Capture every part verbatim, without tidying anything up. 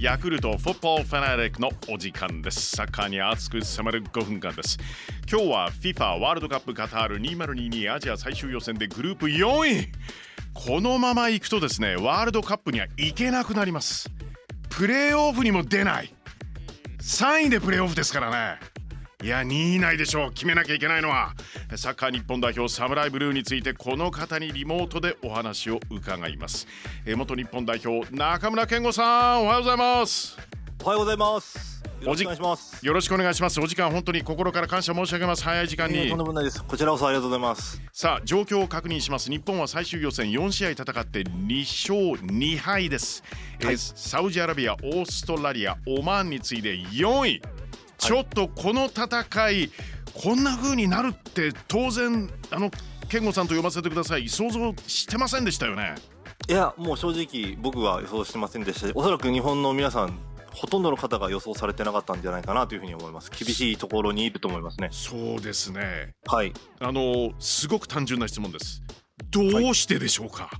ヤクルトフットボールファナリックのお時間です。サッカーに熱く迫るごふんかんです。今日は FIFA ワールドカップカタールにせんにじゅうにアジア最終予選でグループよんい。このまま行くとですね、ワールドカップには行けなくなります。プレーオフにも出ない。さんいでプレーオフですからね。いやにい以内でしょう。決めなきゃいけないのはサッカー日本代表サムライブルーについて、この方にリモートでお話を伺います。え元日本代表中村憲剛さん、おはようございます。 おはようございます。よろしくお願いします。 よろしくお願いします。お時間本当に心から感謝申し上げます。早い時間に、 えー、とんでもないです。こちらこそありがとうございます。 さあ状況を確認します。日本は最終予選よんしあい戦ってにしょうにはいです、はい。えー、サウジアラビア、オーストラリア、オマーンに次いでよんい。ちょっとこの戦い、こんな風になるって当然あの健吾さんと読ませてください、想像してませんでしたよね。 いやもう正直僕は予想してませんでしたし、おそらく日本の皆さんほとんどの方が予想されてなかったんじゃないかなというふうに思います。厳しいところにいると思いますね。 そうですね。 はい。 あのすごく単純な質問です。どうしてでしょうか。はい、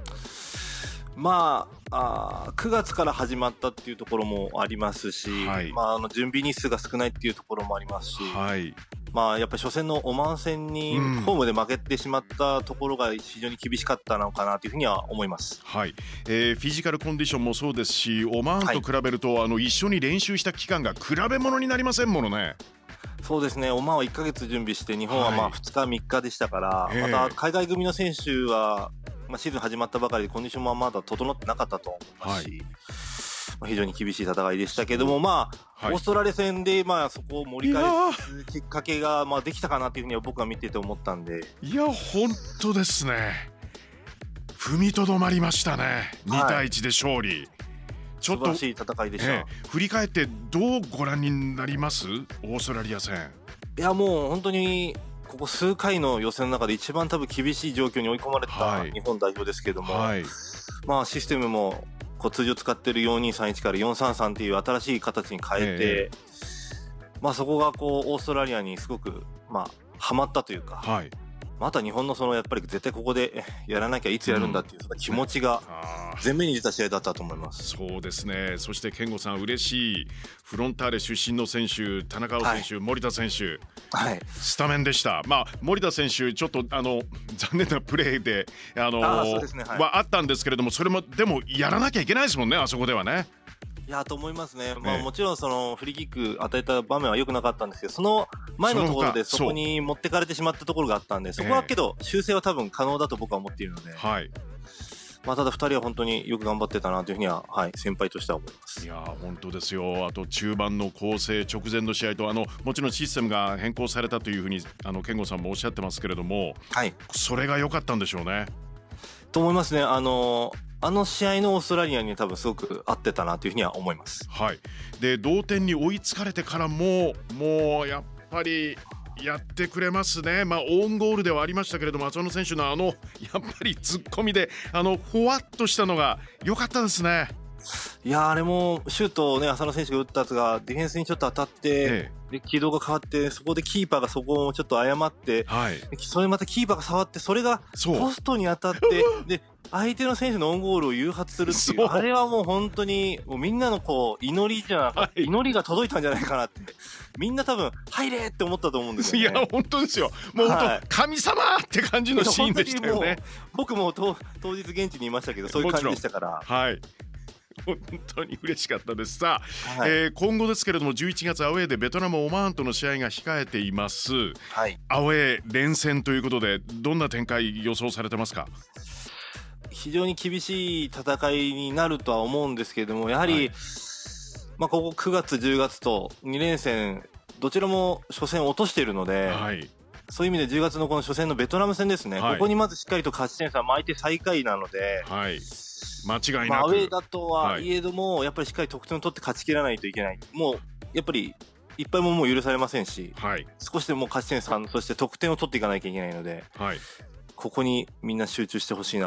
まあ、あくがつから始まったっていうところもありますし、はい、まあ、あの準備日数が少ないっていうところもありますし、はい、まあ、やっぱり初戦のオマーン戦にホームで負けてしまったところが非常に厳しかったのかなというふうには思います。 はい、えー、フィジカルコンディションもそうですし、オマーンと比べると、はい、あの一緒に練習した期間が比べ物になりませんものね。 そうですね。オマーンはいっかげつ準備して、日本はまあふつかみっかでしたから、はい、また海外組の選手はまあ、シーズン始まったばかりでコンディションもまだ整ってなかったと思いますし、はい、まあ、非常に厳しい戦いでしたけども、まあ、はい、オーストラリア戦でまあそこを盛り返すきっかけがまあできたかなというふうには僕は見てて思ったんで。 いや本当ですね。踏みとどまりましたね。にたいいちで勝利、はい、 ちょっと素晴らしい戦いでした、 えー、振り返ってどうご覧になります？オーストラリア戦。 いやもう本当にここ数回の予選の中で一番多分厳しい状況に追い込まれた日本代表ですけれども、はい、まあシステムもこう通常使っているよんにさんいちからよんさんさんっていう新しい形に変えて、えー、まあそこがこうオーストラリアにすごくまあハマったというか、はい、また日本のそのやっぱり絶対ここでやらなきゃいつやるんだっていうその気持ちが前面に出た試合だったと思います。 そうですね。そして健吾さん、嬉しいフロンターレ出身の選手、田中碧選手、はい、森田選手、はい、スタメンでした。まあ森田選手ちょっとあの残念なプレーであのあそうですね、はい、 はあったんですけれども、それもでもやらなきゃいけないですもんね、あそこではね。 いやと思いますね。まあ、もちろんそのフリーキック与えた場面は良くなかったんですけど、その前のところでそこに持ってかれてしまったところがあったんで、そこはけど修正は多分可能だと僕は思っているので、はい、まあ、ただふたりは本当によく頑張ってたなというふうには、はい、先輩としては思います。 いや本当ですよ。あと中盤の構成、直前の試合とあのもちろんシステムが変更されたというふうにあの健吾さんもおっしゃってますけれども、はい、それが良かったんでしょうね。 と思いますね。あのあの試合のオーストラリアに多分すごく合ってたなというふうには思います。 はい、で同点に追いつかれてからももうやっぱりやってくれますね。まあオウンゴールではありましたけれども、浅野選手のあのやっぱり突っ込みであのふわっとしたのが良かったですね。 いやあれもシュートをね浅野選手が打ったやつがディフェンスにちょっと当たって、ええ、で軌道が変わってそこでキーパーがそこをちょっと誤って、はい、それまたキーパーが触ってそれがポストに当たってで相手の選手のオウンゴールを誘発するっていう、あれはもう本当にもうみんなのこう祈りじゃなかった、はい、祈りが届いたんじゃないかなってみんな多分入れって思ったと思うんですよね。 いや本当ですよ。もう本当、はい、神様って感じのシーンでしたよね。 僕も当日現地にいましたけどそういう感じでしたから、 はい、本当に嬉しかったです。さあ、はい、えー、今後ですけれどもじゅういちがつアウェーでベトナム、オマーンとの試合が控えています、はい、アウェー連戦ということでどんな展開予想されてますか？ 非常に厳しい戦いになるとは思うんですけれども、やはり、はい、まあ、ここくがつじゅうがつとに連戦どちらも初戦を落としているので、はい、そういう意味でじゅうがつのこの初戦のベトナム戦ですね、はい、ここにまずしっかりと勝ち点差、相手最下位なので、はい、 間違いなく、 まあ、アウェーだとはいえども、はい、やっぱりしっかり得点を取って勝ち切らないといけない。もうやっぱりいっぱいももう許されませんし、はい、少しでも勝ち点さん、そして得点を取っていかなきゃいけないので、はい、ここにみんな集中してほしいなと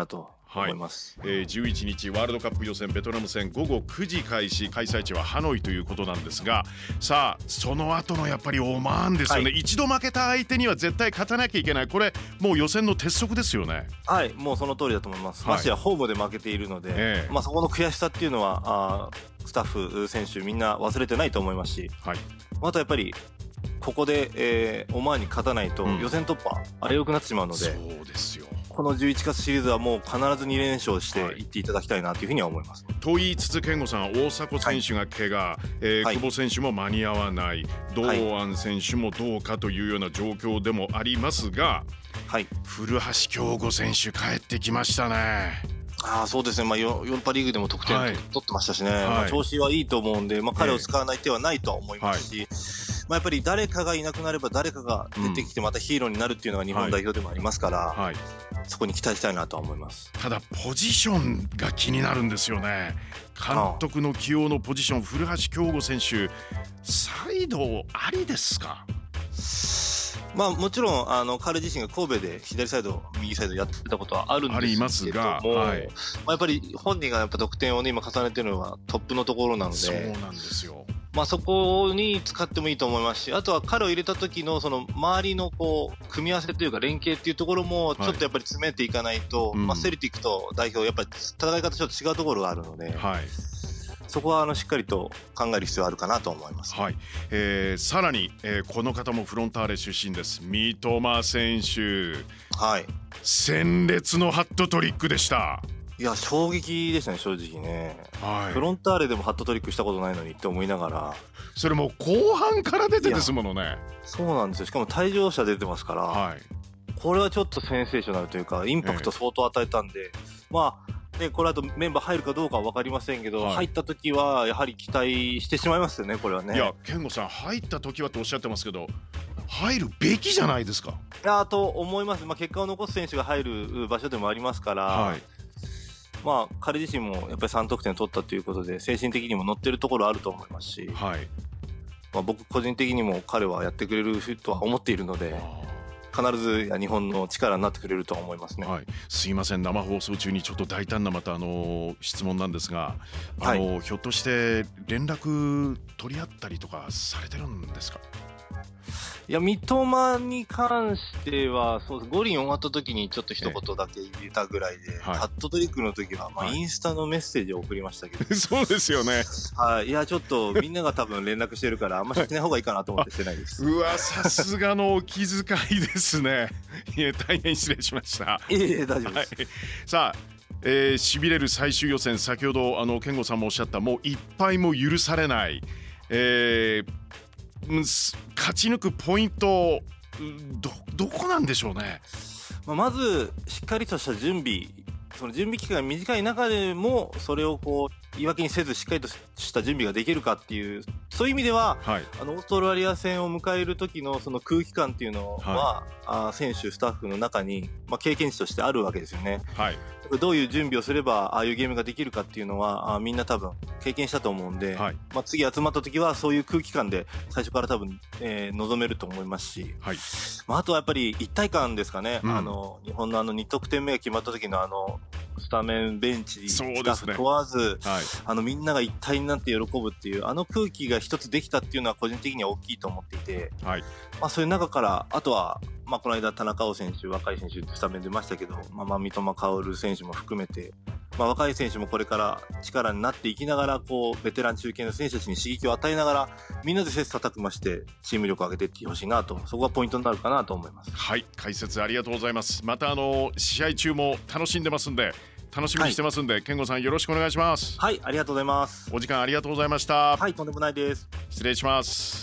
思います。 はい、えー、じゅういちにちワールドカップ予選ベトナム戦ごごくじ開始、開催地はハノイということなんですが、さあその後のやっぱりオマーンですよね、はい、一度負けた相手には絶対勝たなきゃいけない、これもう予選の鉄則ですよね。 はい、もうその通りだと思います。はい、ましてやホームで負けているので、えーまあ、そこの悔しさっていうのはあスタッフ選手みんな忘れてないと思いますし、はい、あとやっぱりここで、えー、オマーンに勝たないと予選突破、あれ良くなってしまうので、 そうですよ。 このじゅういちがつシリーズはもう必ずに連勝していっていただきたいなというふうには思います。 はい、と言いつつ健吾さん、大迫選手が怪我、はい、えーはい、久保選手も間に合わない、堂安選手もどうかというような状況でもありますが、はい、古橋亨梧選手帰ってきましたね。 ああそうですね、まあ、ヨーロッパリーグでも得点取ってましたしね、はい、まあ、調子はいいと思うんで、まあ、彼を使わない手はないとは思いますし、えーまあ、やっぱり誰かがいなくなれば誰かが出てきてまたヒーローになるっていうのが日本代表でもありますから、はいはい、そこに期待したいなとは思います。 ただポジションが気になるんですよね。監督の起用のポジション、古橋亨梧選手サイドありですか？ まあ、もちろんあの彼自身が神戸で左サイド右サイドやってたことはあるんですけども、はい、まあ、やっぱり本人がやっぱ得点を、ね、今重ねてるのはトップのところなので、 そうなんですよ。 まあ、そこに使ってもいいと思いますし、あとは彼を入れた時のその周りのこう組み合わせというか連携っていうところもちょっとやっぱり詰めていかないと、はい、まあ、セルティックと代表やっぱり戦い方ちょっと違うところがあるので、はい、そこはあのしっかりと考える必要あるかなと思います。 はい、えー、さらに、えー、この方もフロンターレ出身です。三笘選手、はい、鮮烈のハットトリックでした。 いや衝撃でしたね、正直ね、はい、フロンターレでもハットトリックしたことないのにって思いながら、 それも後半から出てですものね。 そうなんですよ。しかも退場者出てますから、はい、これはちょっとセンセーショナルというかインパクト相当与えたんで、ええ、まあね、これあとメンバー入るかどうかは分かりませんけど、はい、入った時はやはり期待してしまいますよね、これはね。 いや健吾さん、入った時はとおっしゃってますけど入るべきじゃないですか。 いやと思います。まあ、結果を残す選手が入る場所でもありますから、はい、まあ、彼自身もやっぱりさん得点取ったということで精神的にも乗ってるところあると思いますし、はい、まあ、僕個人的にも彼はやってくれるとは思っているので、必ず日本の力になってくれるとは思いますね。 はい、すいません、生放送中にちょっと大胆なまたあの質問なんですが、あの、はい、ひょっとして連絡取り合ったりとかされてるんですか？ いや三笘に関してはそうです。五輪終わった時にちょっと一言だけ入れたぐらいで、はい、ハットトリックの時はまあインスタのメッセージを送りましたけど、はい、 そうですよね。 はい、いやちょっとみんなが多分連絡してるからあんまりしない方がいいかなと思ってしてないです。 うわ、さすがのお気遣いですね。いや大変失礼しました。 いえいえ大丈夫です。はい、さあ、えー、しびれる最終予選、先ほどあの健吾さんもおっしゃったもう一敗も許されない、えー、勝ち抜くポイント ど, どこなんでしょうね。 まあ、まずしっかりとした準備、その準備期間が短い中でもそれをこう言い訳にせずしっかりとした準備ができるかっていう、そういう意味では、はい、あのオーストラリア戦を迎える時のその空気感っていうのは、はい、あ選手スタッフの中に、まあ、経験値としてあるわけですよね。はい、どういう準備をすればああいうゲームができるかっていうのはあみんな多分経験したと思うんで、はい、まあ、次集まった時はそういう空気感で最初から多分、えー、臨めると思いますし、はい、まあ、あとはやっぱり一体感ですかね。うん、あの日本のあのに得点目が決まった時のあのスタメンベンチスタッフ問わず、はい、あのみんなが一体になって喜ぶっていうあの空気が一つできたっていうのは個人的には大きいと思っていて、はい、まあ、そういう中からあとは、まあ、この間田中碧選手若い選手スタメン出ましたけど、まあ、三笘薫選手も含めて、まあ、若い選手もこれから力になっていきながらこうベテラン中堅の選手たちに刺激を与えながらみんなで切磋琢磨してチーム力を上げていってほしいなと、そこがポイントになるかなと思います。 はい、解説ありがとうございます。またあの試合中も楽しんでますんで楽しみにしてますんで、はい、健吾さんよろしくお願いします。 はい、ありがとうございます。 お時間ありがとうございました。 はい、とんでもないです。 失礼します。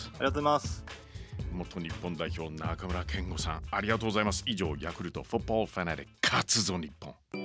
ありがとうございます。 元日本代表中村健吾さんありがとうございます。以上ヤクルトフォッポーファナリック勝つぞ日本。